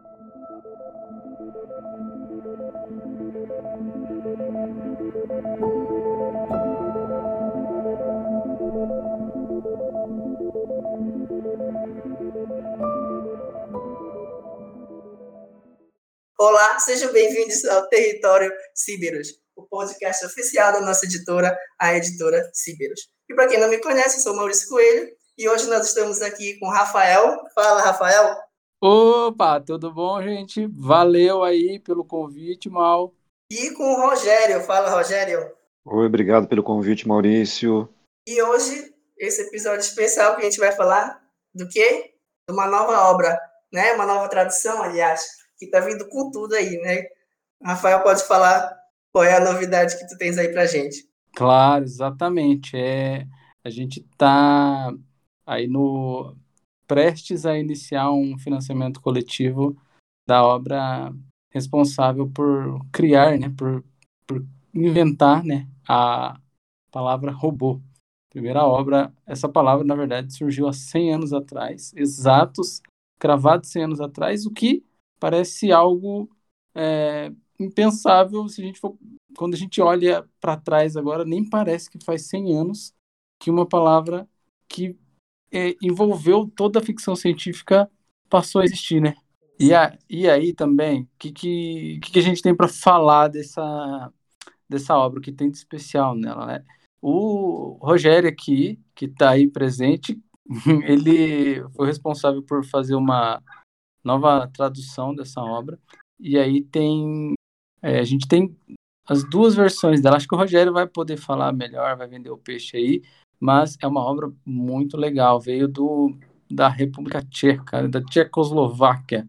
Olá, sejam bem-vindos ao Território Cíberos, o podcast oficial da nossa editora, a editora Cíberos. E para quem não me conhece, eu sou Maurício Coelho e hoje nós estamos aqui com Rafael. Fala, Rafael. Opa, tudo bom, gente? Valeu aí pelo convite, Mal. E com o Rogério. Fala, Rogério. Oi, obrigado pelo convite, Maurício. E hoje, esse episódio especial que a gente vai falar do quê? De uma nova obra, né? Uma nova tradução, aliás, que está vindo com tudo aí, né? Rafael, pode falar qual é a novidade que tu tens aí pra gente. Claro, exatamente. A gente está aí prestes a iniciar um financiamento coletivo da obra responsável por criar, né, por inventar, né, a palavra robô. Primeira obra, essa palavra, na verdade, surgiu há 100 anos atrás, exatos, cravados 100 anos atrás, o que parece algo impensável se a gente for, quando a gente olha para trás agora, nem parece que faz 100 anos que uma palavra que envolveu toda a ficção científica passou a existir, né? E aí também, o que a gente tem para falar dessa obra, o que tem de especial nela, né? O Rogério aqui, que está aí presente, ele foi responsável por fazer uma nova tradução dessa obra, e aí a gente tem as duas versões dela. Acho que o Rogério vai poder falar melhor, vai vender o peixe aí, mas é uma obra muito legal, veio da República Tcheca, da Tchecoslováquia.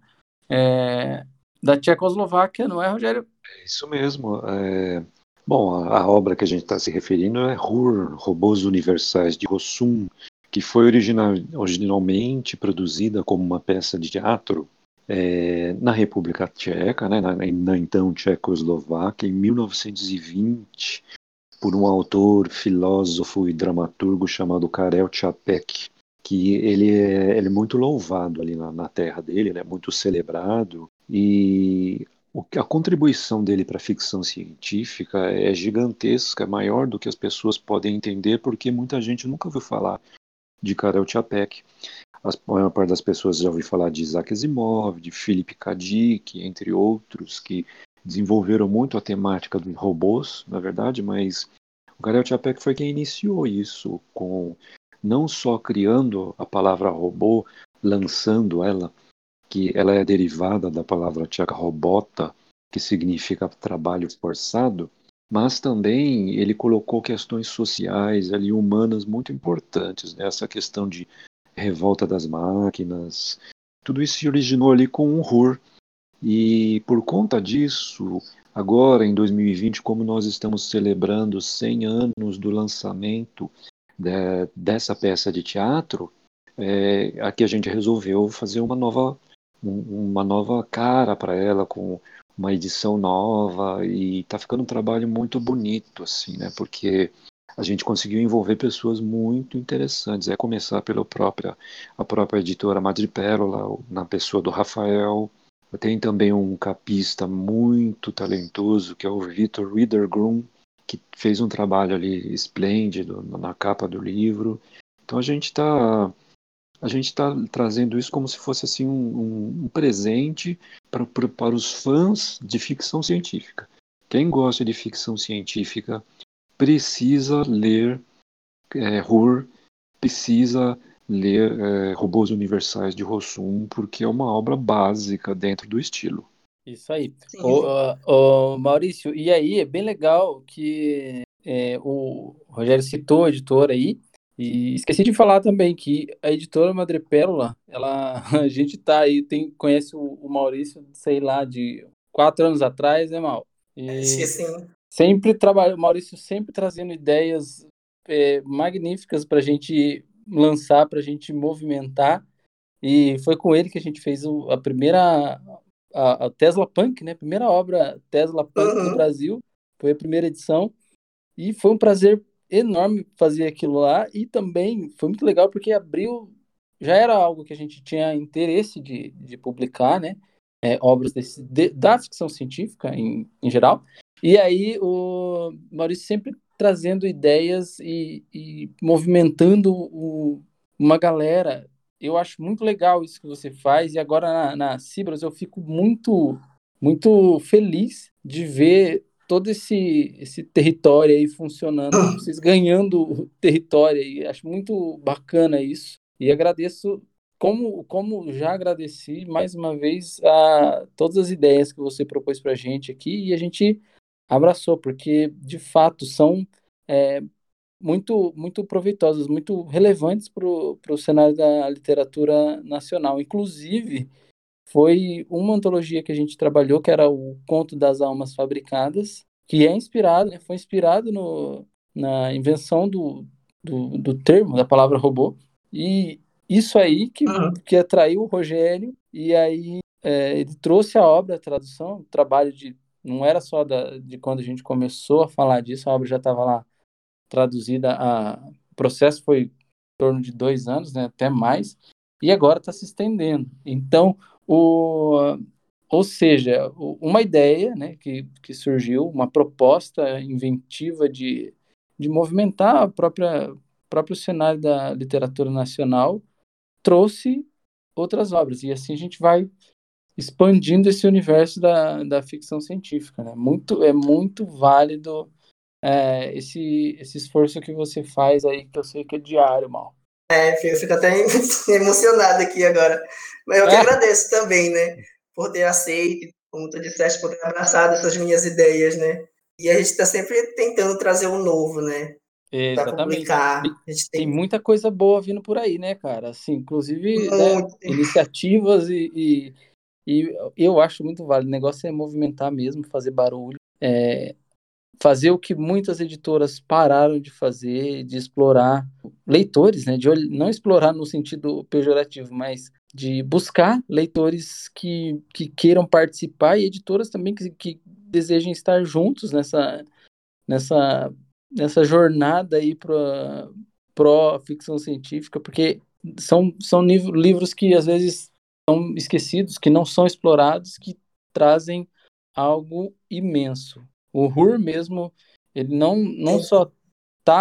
Da Tchecoslováquia, não é, Rogério? É isso mesmo. Bom, a obra que a gente está se referindo é RUR, Robôs Universais, de Rossum, que foi originalmente produzida como uma peça de teatro na República Tcheca, né, na então Tchecoslováquia, em 1920, por um autor, filósofo e dramaturgo chamado Karel Čapek, que ele é muito louvado ali na terra dele, ele é muito celebrado, e a contribuição dele para a ficção científica é gigantesca, é maior do que as pessoas podem entender, porque muita gente nunca ouviu falar de Karel Čapek. A maior parte das pessoas já ouviu falar de Isaac Asimov, de Philip K. Dick, entre outros, que desenvolveram muito a temática dos robôs, na verdade, mas o Karel Čapek foi quem iniciou isso, não só criando a palavra robô, lançando ela, que ela é derivada da palavra tcheca robota, que significa trabalho forçado, mas também ele colocou questões sociais ali, humanas muito importantes, né? Essa questão de revolta das máquinas, tudo isso se originou ali com o RUR, e por conta disso, agora em 2020, como nós estamos celebrando 100 anos do lançamento dessa peça de teatro, aqui a gente resolveu fazer uma nova cara para ela, com uma edição nova, e está ficando um trabalho muito bonito, assim, né? Porque a gente conseguiu envolver pessoas muito interessantes. Começar a própria editora Madrepérola, na pessoa do Rafael. Tem também um capista muito talentoso, que é o Vitor Widergrum, que fez um trabalho ali esplêndido na capa do livro. Então a gente está trazendo isso como se fosse assim um presente para os fãs de ficção científica. Quem gosta de ficção científica precisa ler RUR, precisa ler Robôs Universais de Rossum, porque é uma obra básica dentro do estilo. Isso aí. Ô, Maurício, e aí é bem legal que o Rogério citou a editora aí, e esqueci de falar também que a editora Madrepérola, a gente tá aí, conhece o Maurício, sei lá, de 4 anos atrás, né, Mal? E Esqueci. sempre o Maurício sempre trazendo ideias magníficas para a gente lançar, para a gente movimentar, e foi com ele que a gente fez a primeira a Tesla Punk, né? A primeira obra Tesla Punk do Brasil, foi a primeira edição, e foi um prazer enorme fazer aquilo lá, e também foi muito legal porque já era algo que a gente tinha interesse de publicar, né? obras da ficção científica em geral. E aí o Maurício sempre trazendo ideias e movimentando uma galera. Eu acho muito legal isso que você faz, e agora na Cibras eu fico muito, muito feliz de ver todo esse território aí funcionando, vocês ganhando território aí. Acho muito bacana isso. E agradeço, como já agradeci mais uma vez a todas as ideias que você propôs para a gente aqui, e a gente abraçou, porque de fato são é, muito, muito proveitosas, muito relevantes para o cenário da literatura nacional. Inclusive, foi uma antologia que a gente trabalhou, que era o Conto das Almas Fabricadas, que é inspirado, né, foi inspirado na invenção do termo, da palavra robô, e isso aí que atraiu o Rogério, e aí ele trouxe a obra, a tradução, o trabalho não era só de quando a gente começou a falar disso, a obra já estava lá traduzida, o processo foi em torno de 2 anos, né, até mais, e agora está se estendendo. Então, ou seja, uma ideia, né, que surgiu, uma proposta inventiva de movimentar próprio cenário da literatura nacional, trouxe outras obras, e assim a gente vai expandindo esse universo da ficção científica, né? É muito válido esse esforço que você faz aí, que eu sei que é diário, Mal. Eu fico até emocionado aqui agora. Mas eu que agradeço também, né? Por ter aceito, como tu disseste, por ter abraçado essas minhas ideias, né? E a gente está sempre tentando trazer um novo, né? Para Exatamente. publicar. A gente Tem tem muita coisa boa vindo por aí, né, cara? Assim, inclusive, né, muito. iniciativas e eu acho muito válido. O negócio é movimentar mesmo, fazer barulho, fazer o que muitas editoras pararam de fazer, de explorar leitores, né? Não explorar no sentido pejorativo, mas de buscar leitores que queiram participar, e editoras também que desejem estar juntos nessa, nessa jornada aí pro ficção científica, porque são livros que às vezes são esquecidos, que não são explorados, que trazem algo imenso. O Hur mesmo, ele não só está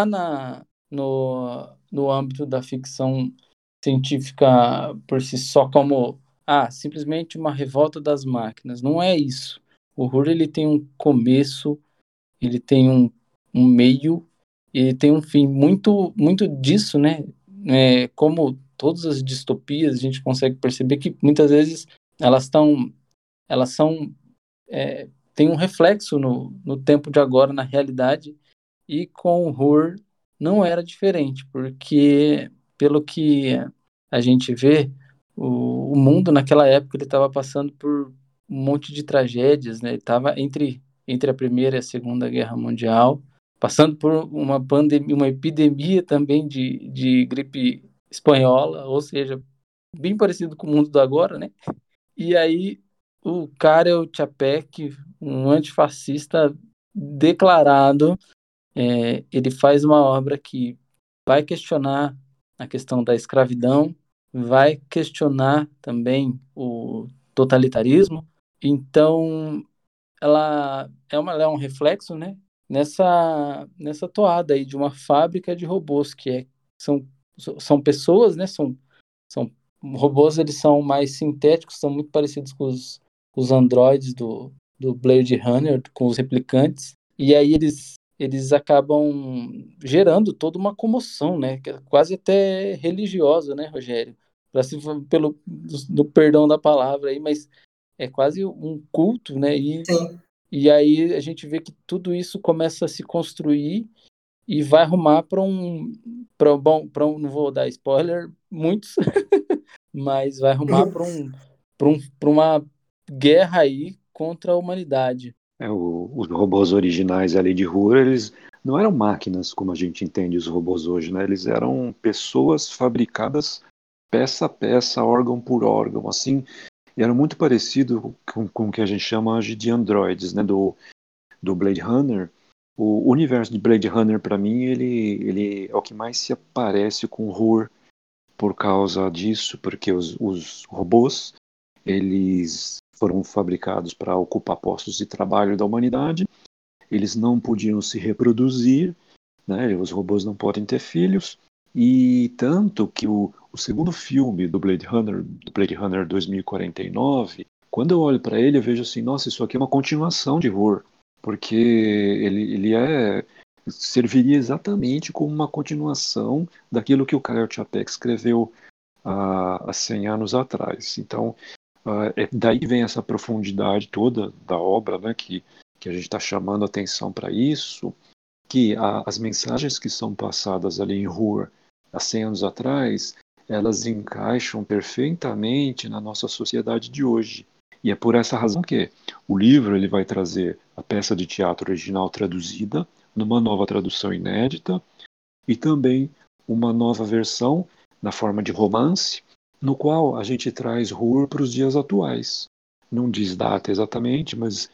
no âmbito da ficção científica por si só, como simplesmente uma revolta das máquinas. Não é isso. O Hur, ele tem um começo, ele tem um meio, e tem um fim. Muito, muito disso, né? Como todas as distopias, a gente consegue perceber que muitas vezes elas são tem um reflexo no tempo de agora, na realidade, e com o Hur não era diferente, porque pelo que a gente vê, o mundo naquela época ele estava passando por um monte de tragédias, né? Ele estava entre a Primeira e a Segunda Guerra Mundial, passando por uma pandemia, uma epidemia também de gripe espanhola, ou seja, bem parecido com o mundo do agora, né? E aí o Karel Čapek, um antifascista declarado, ele faz uma obra que vai questionar a questão da escravidão, vai questionar também o totalitarismo. Então, ela é um reflexo, né, nessa toada aí de uma fábrica de robôs, são, são pessoas, né, são robôs, eles são mais sintéticos, são muito parecidos com os androides do Blade Runner, com os replicantes, e aí eles acabam gerando toda uma comoção, né, que é quase até religiosa, né, Rogério? Pelo do perdão da palavra aí, mas é quase um culto, né? Sim. E aí a gente vê que tudo isso começa a se construir e vai arrumar não vou dar spoiler, muitos, mas vai arrumar para uma guerra aí contra a humanidade. Os robôs originais ali de Hur, eles não eram máquinas como a gente entende os robôs hoje, né? Eles eram pessoas fabricadas peça a peça, órgão por órgão, assim, e eram muito parecido com o que a gente chama hoje de androides, né? Do Blade Runner. O universo de Blade Runner, para mim, ele é o que mais se parece com Hur por causa disso, porque os robôs, eles foram fabricados para ocupar postos de trabalho da humanidade. Eles não podiam se reproduzir, né? Os robôs não podem ter filhos, e tanto que o segundo filme do Blade Runner 2049, quando eu olho para ele, eu vejo assim, nossa, isso aqui é uma continuação de Horror, porque serviria exatamente como uma continuação daquilo que o Karel Čapek escreveu há 100 anos atrás. Então, daí vem essa profundidade toda da obra, né, que a gente está chamando atenção para isso, que as mensagens que são passadas ali em Ruhr há 100 anos atrás, elas encaixam perfeitamente na nossa sociedade de hoje. E é por essa razão que o livro ele vai trazer a peça de teatro original traduzida, numa nova tradução inédita, e também uma nova versão na forma de romance, no qual a gente traz Ruhr para os dias atuais. Não diz data exatamente, mas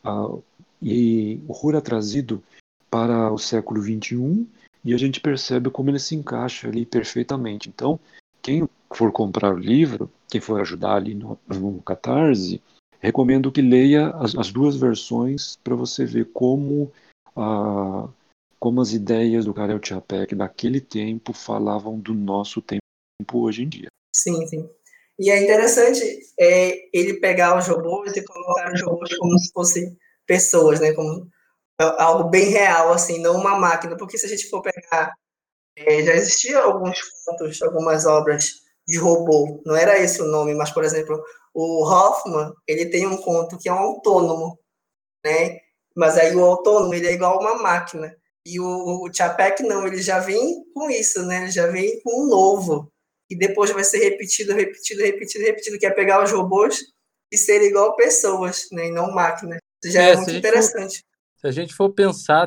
e o Ruhr é trazido para o século XXI e a gente percebe como ele se encaixa ali perfeitamente. Então, quem for comprar o livro, quem for ajudar ali no Catarse, recomendo que leia as duas versões para você ver como as ideias do Karel Čapek naquele tempo falavam do nosso tempo hoje em dia. Sim, sim. E é interessante ele pegar os robôs e colocar os robôs como se fossem pessoas, né? Como algo bem real, assim, não uma máquina. Porque se a gente for pegar, já existiam alguns contos, algumas obras de robô. Não era esse o nome, mas, por exemplo, o Hoffman, ele tem um conto que é um autônomo, né? Mas aí o autônomo, ele é igual a uma máquina. E o Čapek não, ele já vem com isso, né? Ele já vem com um novo. E depois vai ser repetido, repetido, repetido, repetido, que é pegar os robôs e serem igual pessoas, né? E não máquinas. Isso já é muito interessante. Se a gente for pensar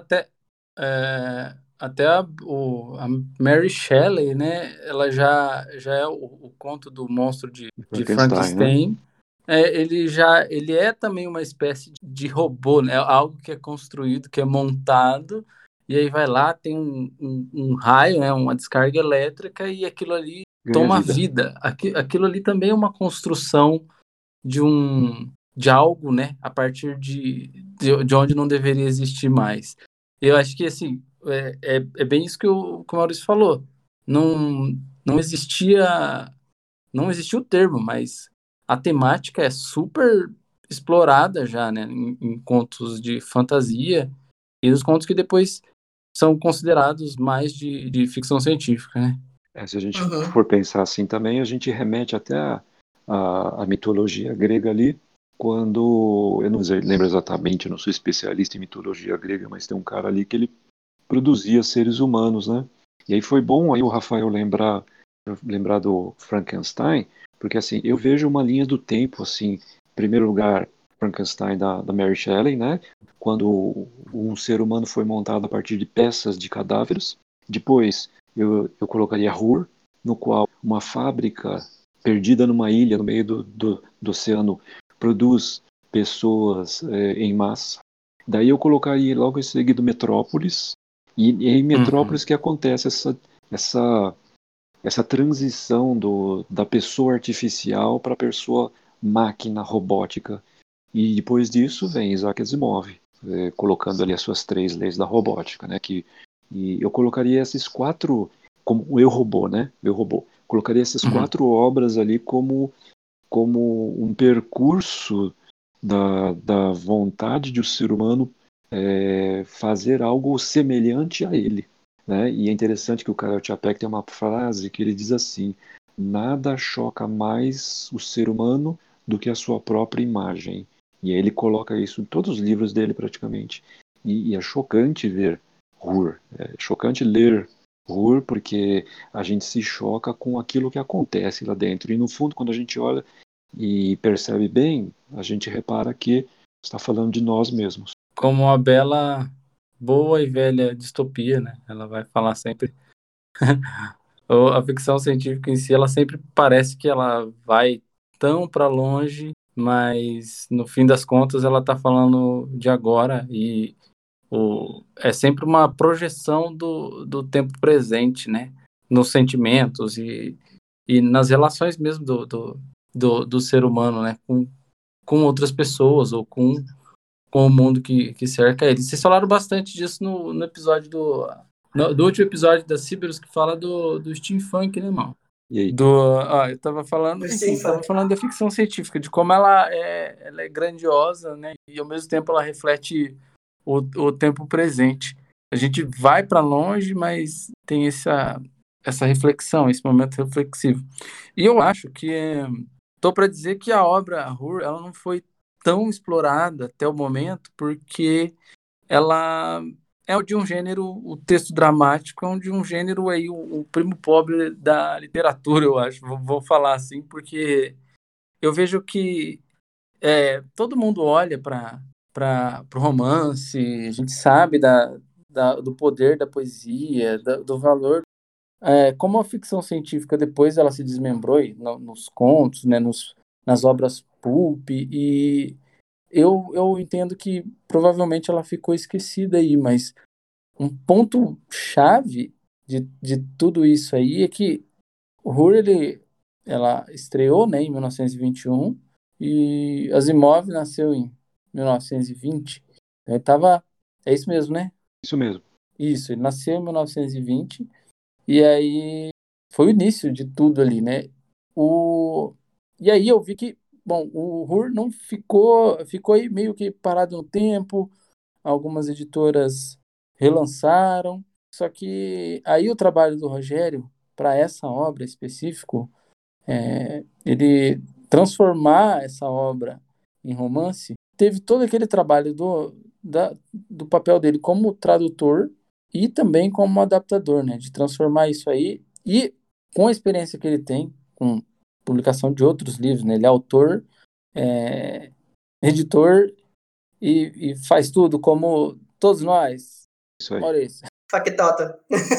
até a Mary Shelley, né? Ela já é o conto do monstro de Frankenstein. Né? Ele é também uma espécie de robô, né? Algo que é construído, que é montado, e aí vai lá, tem um raio, né? Uma descarga elétrica, e aquilo ali toma vida. Aquilo ali também é uma construção de algo, né? A partir de onde não deveria existir mais. Eu acho que, assim, é bem isso que o Maurício falou. Não existia o termo, mas a temática é super explorada já, né, em contos de fantasia e os contos que depois são considerados mais de ficção científica, né? Se a gente for pensar assim também, a gente remete até a mitologia grega ali, quando, eu não lembro exatamente, eu não sou especialista em mitologia grega, mas tem um cara ali que ele produzia seres humanos, né? E aí foi bom aí o Rafael lembrar do Frankenstein, porque assim, eu vejo uma linha do tempo, assim, em primeiro lugar, Frankenstein da Mary Shelley, né? Quando um ser humano foi montado a partir de peças de cadáveres. Depois, eu colocaria Ruhr, no qual uma fábrica perdida numa ilha no meio do oceano produz pessoas em massa. Daí eu colocaria logo em seguida Metrópolis, e em Metrópolis que acontece essa transição da pessoa artificial para a pessoa máquina robótica. E depois disso vem Isaac Asimov, colocando ali as suas 3 leis da robótica, né? E eu colocaria esses 4 como o Eu Robô, né? Eu Robô. Colocaria essas 4 obras ali como um percurso da vontade de o ser humano fazer algo semelhante a ele. Né? E é interessante que o Karel Čapek tem uma frase que ele diz assim: nada choca mais o ser humano do que a sua própria imagem. E aí ele coloca isso em todos os livros dele praticamente. E é chocante ver Ruhr, é chocante ler Ruhr, porque a gente se choca com aquilo que acontece lá dentro. E no fundo, quando a gente olha e percebe bem, a gente repara que está falando de nós mesmos. Como uma bela, boa e velha distopia, né? Ela vai falar sempre. A ficção científica em si, ela sempre parece que ela vai tão para longe, mas no fim das contas ela está falando de agora e é sempre uma projeção do tempo presente, né? Nos sentimentos e nas relações mesmo do ser humano, né? com outras pessoas ou com o mundo que cerca ele. Vocês falaram bastante disso no episódio do último episódio da Siberus, que fala do steampunk, né, irmão? E aí? Eu tava falando, Do enfim, tava steampunk. falando da ficção científica, de como ela é grandiosa, né? E ao mesmo tempo ela reflete o tempo presente. A gente vai para longe, mas tem essa reflexão, esse momento reflexivo. E eu acho que tô para dizer que a obra Hur, ela não foi tão explorada até o momento, porque ela é de um gênero, o texto dramático é de um gênero aí, o primo pobre da literatura, eu acho. Vou falar assim, porque eu vejo que todo mundo olha para o romance, a gente sabe do poder da poesia, do valor. Como a ficção científica depois ela se desmembrou aí nos contos, né, nas obras pulp, e eu entendo que provavelmente ela ficou esquecida aí, mas um ponto chave de tudo isso aí é que o Hur, ela estreou, né, em 1921 e Asimov nasceu em 1920. Ele tava, é isso mesmo, né? Isso mesmo. Isso, ele nasceu em 1920 e aí foi o início de tudo ali, né? E aí eu vi que, bom, o Hur não ficou aí meio que parado no tempo, algumas editoras relançaram, só que aí o trabalho do Rogério para essa obra específico, ele transformar essa obra em romance, teve todo aquele trabalho do papel dele como tradutor e também como adaptador, né, de transformar isso aí, e com a experiência que ele tem com publicação de outros livros, né, ele é autor, editor e faz tudo como todos nós, Isso aí. Maurício. Factota.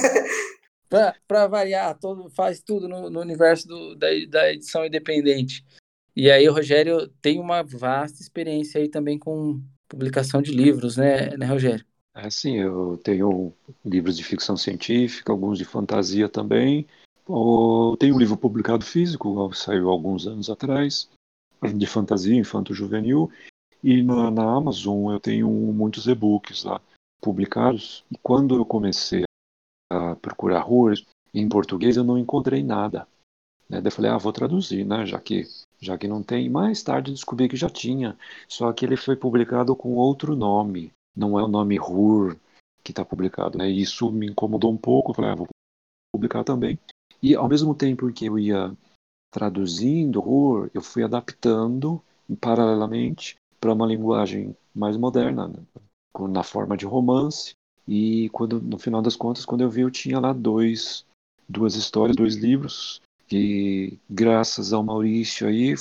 Para variar, faz tudo no universo da edição independente. E aí o Rogério tem uma vasta experiência aí também com publicação de livros, né, Rogério? Sim, eu tenho livros de ficção científica, alguns de fantasia também. Tenho um livro publicado físico, saiu há alguns anos atrás, de fantasia infanto-juvenil. E na Amazon eu tenho muitos e-books lá publicados. E quando eu comecei a procurar horror em português, eu não encontrei nada. Né? Daí eu falei, vou traduzir, né? Já que não tem. Mais tarde descobri que já tinha, só que ele foi publicado com outro nome. Não é o nome Hur que está publicado. Né? E isso me incomodou um pouco. Eu falei, vou publicar também. E ao mesmo tempo que eu ia traduzindo Hur, eu fui adaptando paralelamente para uma linguagem mais moderna, né? Na forma de romance. E no final das contas, quando eu vi, eu tinha lá duas histórias, dois livros. E graças ao Maurício aí,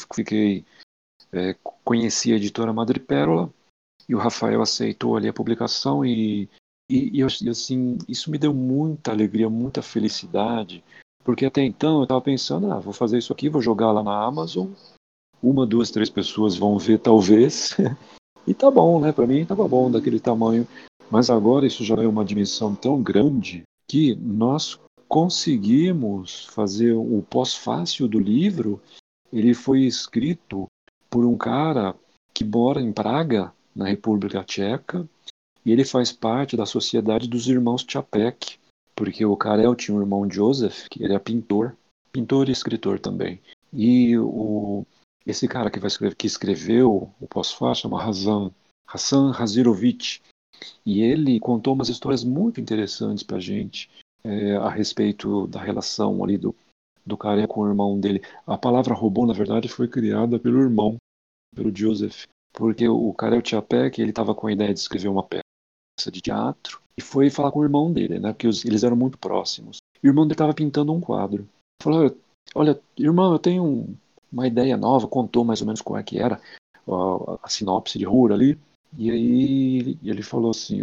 conheci a editora Madrepérola e o Rafael aceitou ali a publicação e assim, isso me deu muita alegria, muita felicidade, porque até então eu estava pensando, vou fazer isso aqui, vou jogar lá na Amazon, uma, duas, três pessoas vão ver talvez, e tá bom, né? Para mim tava bom daquele tamanho, mas agora isso já é uma dimensão tão grande que nós conseguimos fazer o pós-fácil do livro. Ele foi escrito por um cara que mora em Praga, na República Tcheca, e ele faz parte da Sociedade dos Irmãos Čapek, porque o Karel tinha um irmão Joseph, que ele é pintor e escritor também. E esse cara que escreveu o pós-fácil chama Hassan Hazirovich, e ele contou umas histórias muito interessantes para a gente a respeito da relação ali do cara com o irmão dele. A palavra robô, na verdade, foi criada pelo irmão, pelo Joseph, porque o Karel Čapek, ele estava com a ideia de escrever uma peça de teatro e foi falar com o irmão dele, né? Porque eles eram muito próximos. E o irmão dele estava pintando um quadro. Falou: olha, irmão, eu tenho uma ideia nova. Contou mais ou menos qual é que era a sinopse de Hur ali. E aí ele falou assim: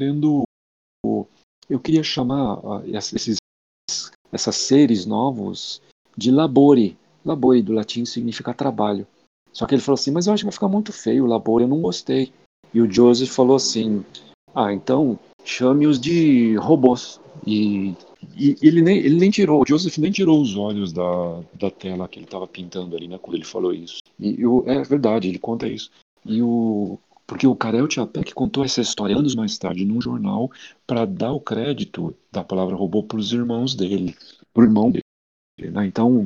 eu queria chamar essas seres novos de labore. Labore do latim significa trabalho. Só que ele falou assim, mas eu acho que vai ficar muito feio o labore, eu não gostei. E o Joseph falou assim, então chame-os de robôs. E ele nem tirou, o Joseph nem tirou os olhos da tela que ele estava pintando ali, né, quando ele falou isso. É verdade, ele conta isso. Porque o Karel Čapek contou essa história anos mais tarde num jornal para dar o crédito da palavra robô para os irmãos dele, para o irmão dele, né? Então,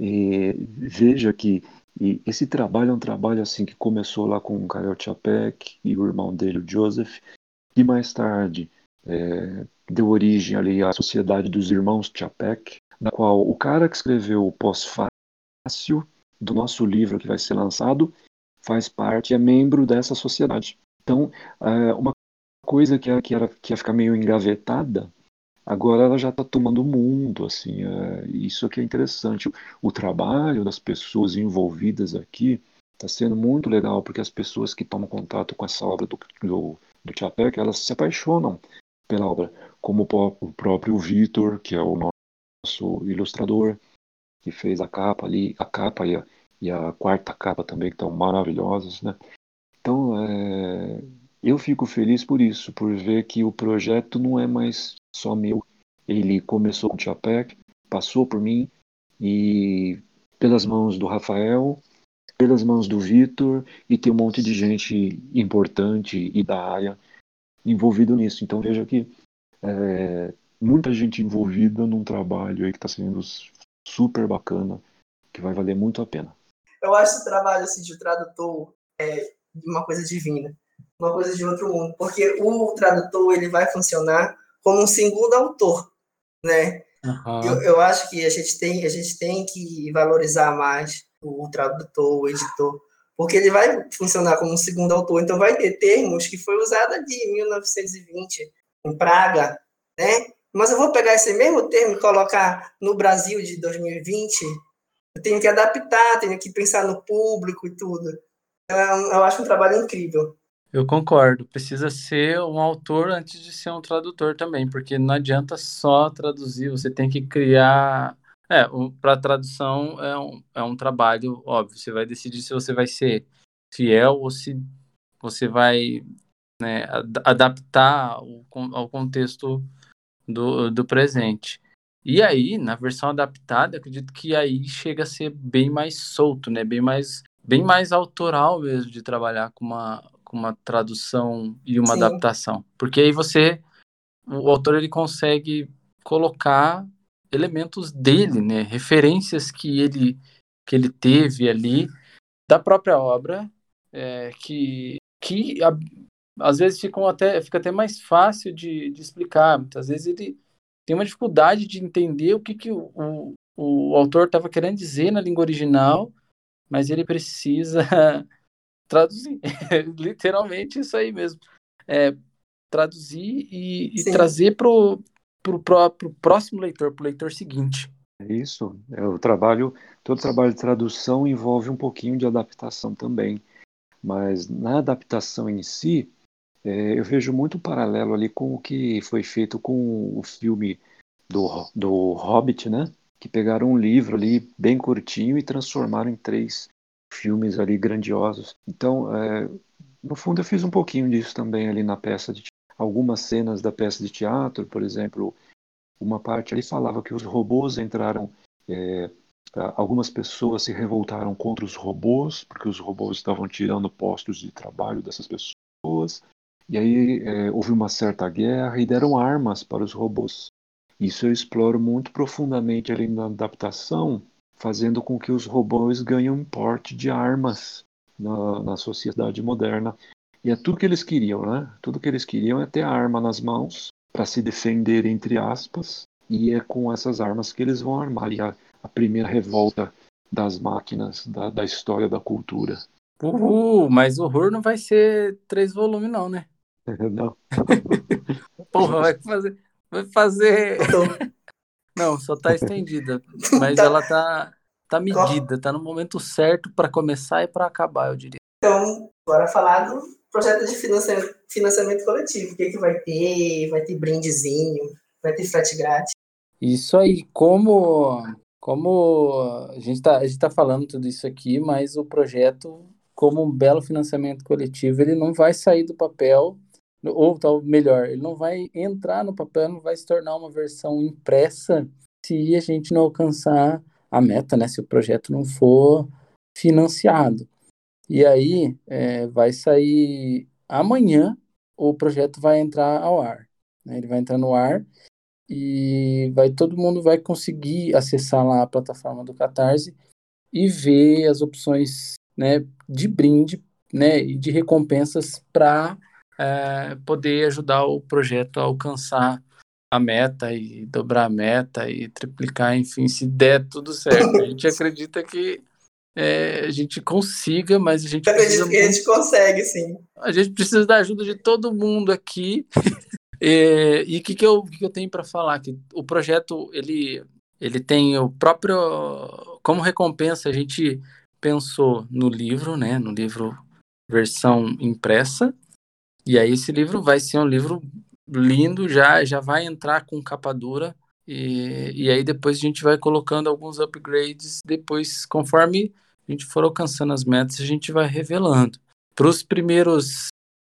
veja que esse trabalho é um trabalho assim que começou lá com o Karel Čapek e o irmão dele, o Joseph, e mais tarde deu origem ali à Sociedade dos Irmãos Čapek, na qual o cara que escreveu o pós-fácil do nosso livro que vai ser lançado faz parte, é membro dessa sociedade. Então, uma coisa que ia ficar meio engavetada, agora ela já está tomando o mundo, assim, isso que é interessante. O trabalho das pessoas envolvidas aqui está sendo muito legal, porque as pessoas que tomam contato com essa obra do Čapek, elas se apaixonam pela obra, como o próprio Vitor, que é o nosso ilustrador, que fez a capa ali, a capa e a quarta capa também, que estão maravilhosas, né? Então, eu fico feliz por isso, por ver que o projeto não é mais só meu. Ele começou com o Čapek, passou por mim e pelas mãos do Rafael, pelas mãos do Vitor, e tem um monte de gente importante e da área envolvido nisso. Então veja que muita gente envolvida num trabalho aí que está sendo super bacana, que vai valer muito a pena. Eu acho esse trabalho assim, de tradutor uma coisa divina, uma coisa de outro mundo, porque o tradutor ele vai funcionar como um segundo autor, né? Uhum. Eu acho que a gente tem que valorizar mais o tradutor, o editor, porque ele vai funcionar como um segundo autor, então vai ter termos que foi usado ali em 1920, em Praga, né? Mas eu vou pegar esse mesmo termo e colocar no Brasil de 2020, eu tenho que adaptar, tenho que pensar no público e tudo. Eu acho um trabalho incrível. Eu concordo. Precisa ser um autor antes de ser um tradutor também, porque não adianta só traduzir, você tem que criar. Para tradução é um trabalho, óbvio. Você vai decidir se você vai ser fiel ou se você vai, né, adaptar ao contexto do presente. E aí, na versão adaptada, acredito que aí chega a ser bem mais solto, né? Bem mais autoral mesmo de trabalhar com uma tradução e uma Sim, adaptação. Porque aí o autor ele consegue colocar elementos dele, né? Referências que ele teve ali da própria obra, que às vezes fica até mais fácil de explicar. Muitas vezes ele tem uma dificuldade de entender o que o autor estava querendo dizer na língua original, mas ele precisa traduzir. Literalmente isso aí mesmo. É, traduzir e sim, trazer pro próximo leitor, pro leitor seguinte. É isso, todo trabalho de tradução envolve um pouquinho de adaptação também, mas na adaptação em si, eu vejo muito paralelo ali com o que foi feito com o filme do Hobbit, né? Que pegaram um livro ali bem curtinho e transformaram em 3 filmes ali grandiosos. Então, no fundo, eu fiz um pouquinho disso também ali na peça de teatro. Algumas cenas da peça de teatro, por exemplo, uma parte ali falava que os robôs entraram. é, Algumas pessoas se revoltaram contra os robôs, porque os robôs estavam tirando postos de trabalho dessas pessoas. E aí houve uma certa guerra e deram armas para os robôs. Isso eu exploro muito profundamente ali na adaptação, fazendo com que os robôs ganhem um porte de armas na sociedade moderna. E é tudo que eles queriam, né? Tudo que eles queriam é ter a arma nas mãos para se defender, entre aspas, e é com essas armas que eles vão armar a primeira revolta das máquinas da história da cultura. Uhul, mas o horror não vai ser 3 volumes, não, né? Não. Porra, vai fazer. tô, Não, só tá estendida, mas tá, ela tá medida, tá no momento certo para começar e para acabar, eu diria. então, bora falar do projeto de financiamento coletivo. O que, que vai ter? Vai ter brindezinho? Vai ter frete grátis? Isso aí, como a gente tá falando tudo isso aqui, mas o projeto, como um belo financiamento coletivo, ele não vai sair do papel, ou tal, melhor, ele não vai entrar no papel, não vai se tornar uma versão impressa se a gente não alcançar a meta, né? Se o projeto não for financiado. E aí vai sair amanhã, o projeto vai entrar ao ar, né? Ele vai entrar no ar e todo mundo vai conseguir acessar lá a plataforma do Catarse e ver as opções, né, de brinde, né, e de recompensas para poder ajudar o projeto a alcançar a meta e dobrar a meta e triplicar, enfim, se der tudo certo. A gente acredita que a gente consiga, mas a gente Eu precisa acredito que a gente consegue, sim. a gente precisa da ajuda de todo mundo aqui. E o que eu tenho para falar? Que o projeto, ele tem o próprio... Como recompensa, a gente pensou no livro, né? No livro versão impressa. E aí esse livro vai ser um livro lindo, já vai entrar com capa dura. E aí depois a gente vai colocando alguns upgrades. Depois, conforme a gente for alcançando as metas, a gente vai revelando. Para os primeiros...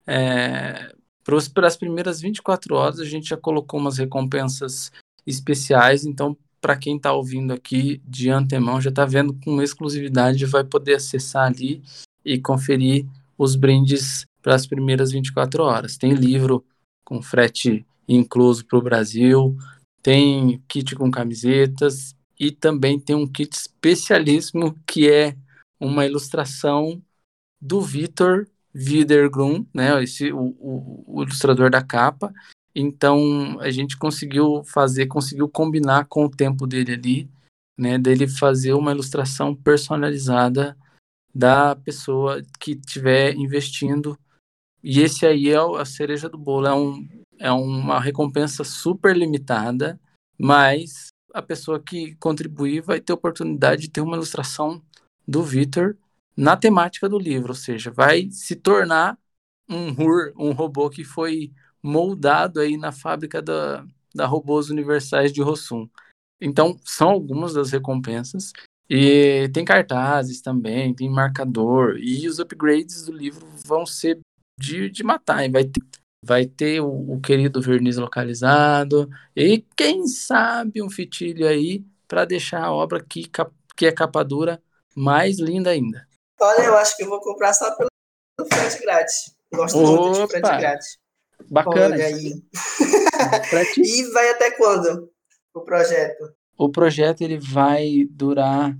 Para as primeiras 24 horas, a gente já colocou umas recompensas especiais. Então, para quem está ouvindo aqui de antemão, já está vendo com exclusividade, vai poder acessar ali e conferir os brindes para as primeiras 24 horas. Tem livro com frete incluso para o Brasil, tem kit com camisetas e também tem um kit especialíssimo que é uma ilustração do Vitor Widergrum, né, o ilustrador da capa. Então a gente conseguiu combinar com o tempo dele ali, né, dele fazer uma ilustração personalizada da pessoa que estiver investindo. E esse aí é a cereja do bolo, é uma recompensa super limitada, mas a pessoa que contribuir vai ter a oportunidade de ter uma ilustração do Vitor na temática do livro, ou seja, vai se tornar um robô que foi moldado aí na fábrica da Robôs Universais de Rossum. Então, são algumas das recompensas. E tem cartazes também, tem marcador, e os upgrades do livro vão ser de matar. E vai ter o querido verniz localizado, e quem sabe um fitilho aí para deixar a obra que é capa dura mais linda ainda. Olha, eu acho que eu vou comprar só pelo frete grátis. Gosto muito de frete grátis. Bacana. Olha aí. Frete. E vai até quando o projeto? O projeto ele vai durar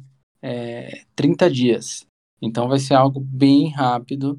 30 dias. Então vai ser algo bem rápido,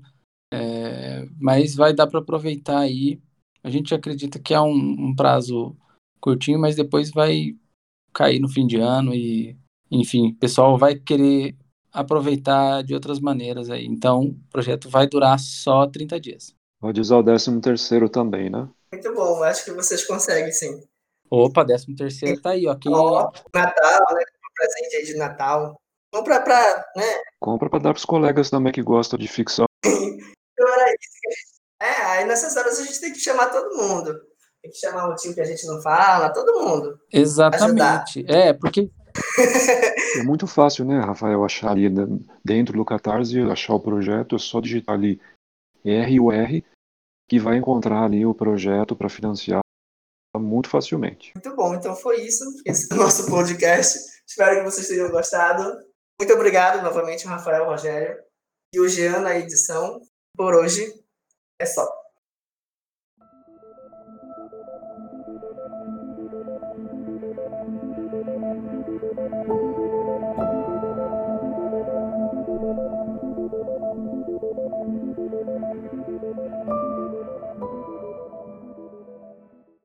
mas vai dar para aproveitar aí. A gente acredita que é um prazo curtinho, mas depois vai cair no fim de ano e, enfim, o pessoal vai querer aproveitar de outras maneiras aí. Então, o projeto vai durar só 30 dias. Pode usar o 13º também, né? Muito bom, acho que vocês conseguem, sim. Opa, 13º tá aí, ó. Natal, né? Presente aí de Natal. Compra pra, né? Compra para dar para os colegas também que gostam de ficção. Então era isso. Aí nessas horas a gente tem que chamar todo mundo. Tem que chamar o time que a gente não fala, todo mundo. Exatamente. Ajudar. Porque É muito fácil, né, Rafael, achar ali dentro do Catarse, achar o projeto, é só digitar ali RUR, que vai encontrar ali o projeto para financiar muito facilmente. Muito bom, então foi isso. Esse é o nosso podcast. Espero que vocês tenham gostado. Muito obrigado novamente, Rafael, Rogério e o Jean na edição. Por hoje é só.